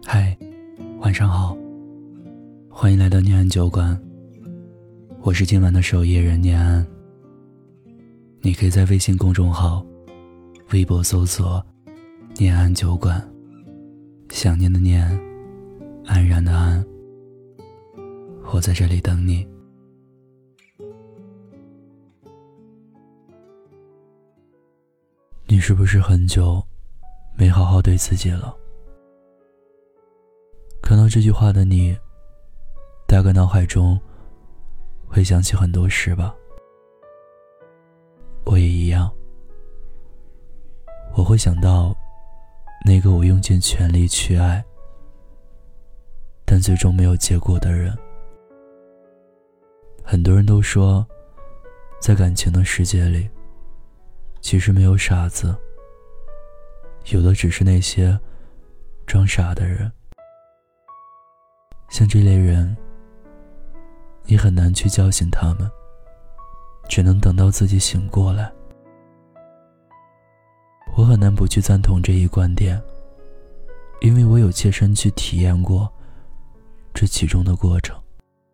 嗨，晚上好，欢迎来到念安酒馆，我是今晚的守夜人念安。你可以在微信公众号、微博搜索念安酒馆，想念的念，安然的安，我在这里等你。你是不是很久没好好对自己了？看到这句话的你，大概脑海中会想起很多事吧。我也一样，我会想到那个我用尽全力去爱，但最终没有结果的人。很多人都说，在感情的世界里，其实没有傻子，有的只是那些装傻的人。像这类人，你很难去叫醒他们，只能等到自己醒过来。我很难不去赞同这一观点，因为我有切身去体验过这其中的过程。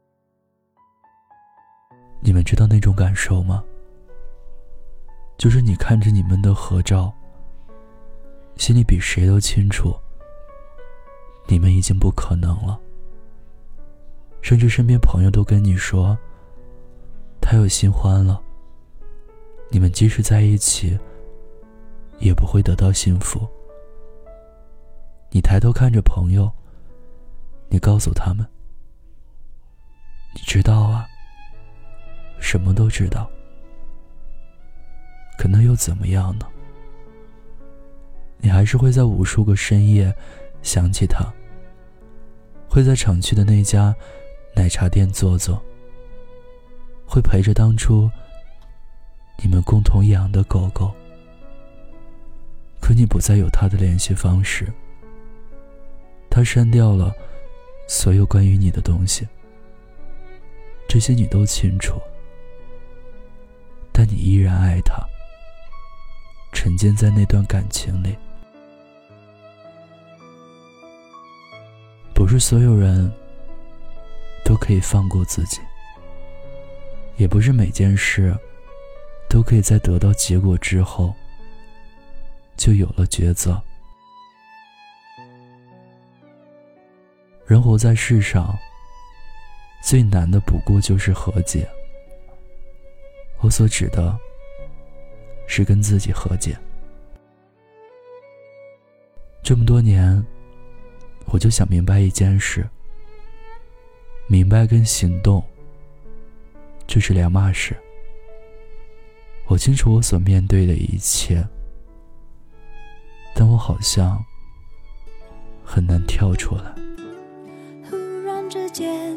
你们知道那种感受吗？就是你看着你们的合照，心里比谁都清楚，你们已经不可能了。甚至身边朋友都跟你说，他有新欢了，你们即使在一起，也不会得到幸福。你抬头看着朋友，你告诉他们，你知道啊，什么都知道，可那又怎么样呢？你还是会在无数个深夜想起他，会在常去的那家奶茶店坐坐，会陪着当初你们共同养的狗狗。可你不再有他的联系方式，他删掉了所有关于你的东西，这些你都清楚，但你依然爱他，沉浸在那段感情里。不是所有人都可以放过自己，也不是每件事都可以在得到结果之后就有了抉择。人活在世上，最难的不过就是和解。我所指的是跟自己和解。这么多年，我就想明白一件事，明白跟行动这是两码事。我清楚我所面对的一切，但我好像很难跳出来。 忽然之间，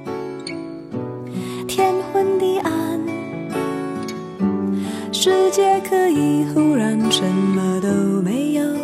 天昏地暗，世界可以忽然什么都没有。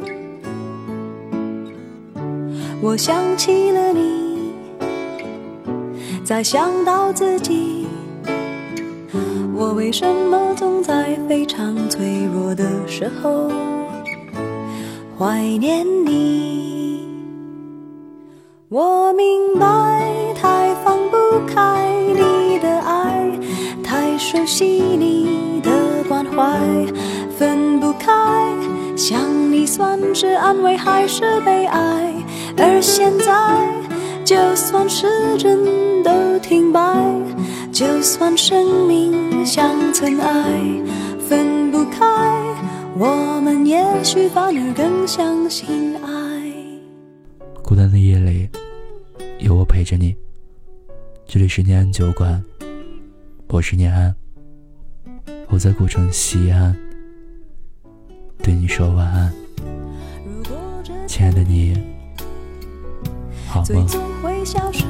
我想起了你，再想到自己，我为什么总在非常脆弱的时候怀念你？我明白，太放不开你的爱，太熟悉你的关怀，分不开，想你算是安慰还是悲哀？而现在，就算时针都停摆，就算生命像尘埃，分不开，我们也许反而更相信爱。 孤单的夜里，有我陪着你。这里是念安酒馆，我是念安，我在古城西安对你说晚安。亲爱的你，好最梦。 终会消失，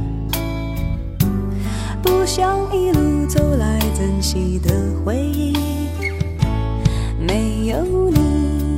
不想一路走来珍惜的回忆没有你。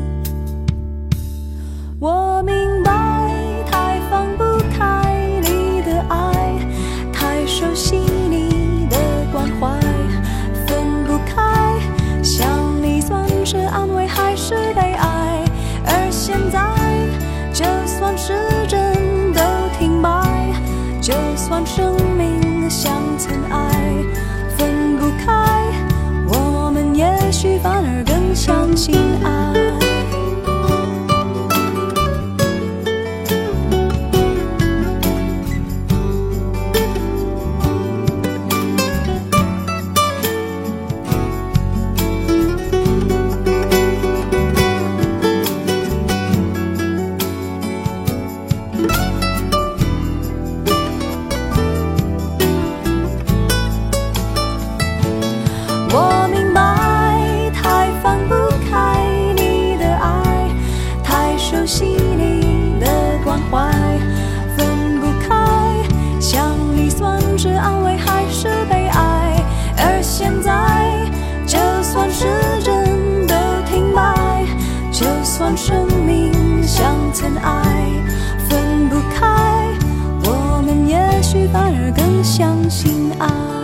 我明白，太放不开你的爱，太熟悉你的关怀，分不开，想你算是安慰还是悲哀？而现在就算时针都停摆，就算生命像尘埃，分不开，我们也许反而更相信爱。我明白，太放不开你的爱，太熟悉你的关怀，分不开，想你算是安慰还是悲哀？而现在，就算时针都停摆，就算生命像尘埃，分不开，我们也许反而更相信爱。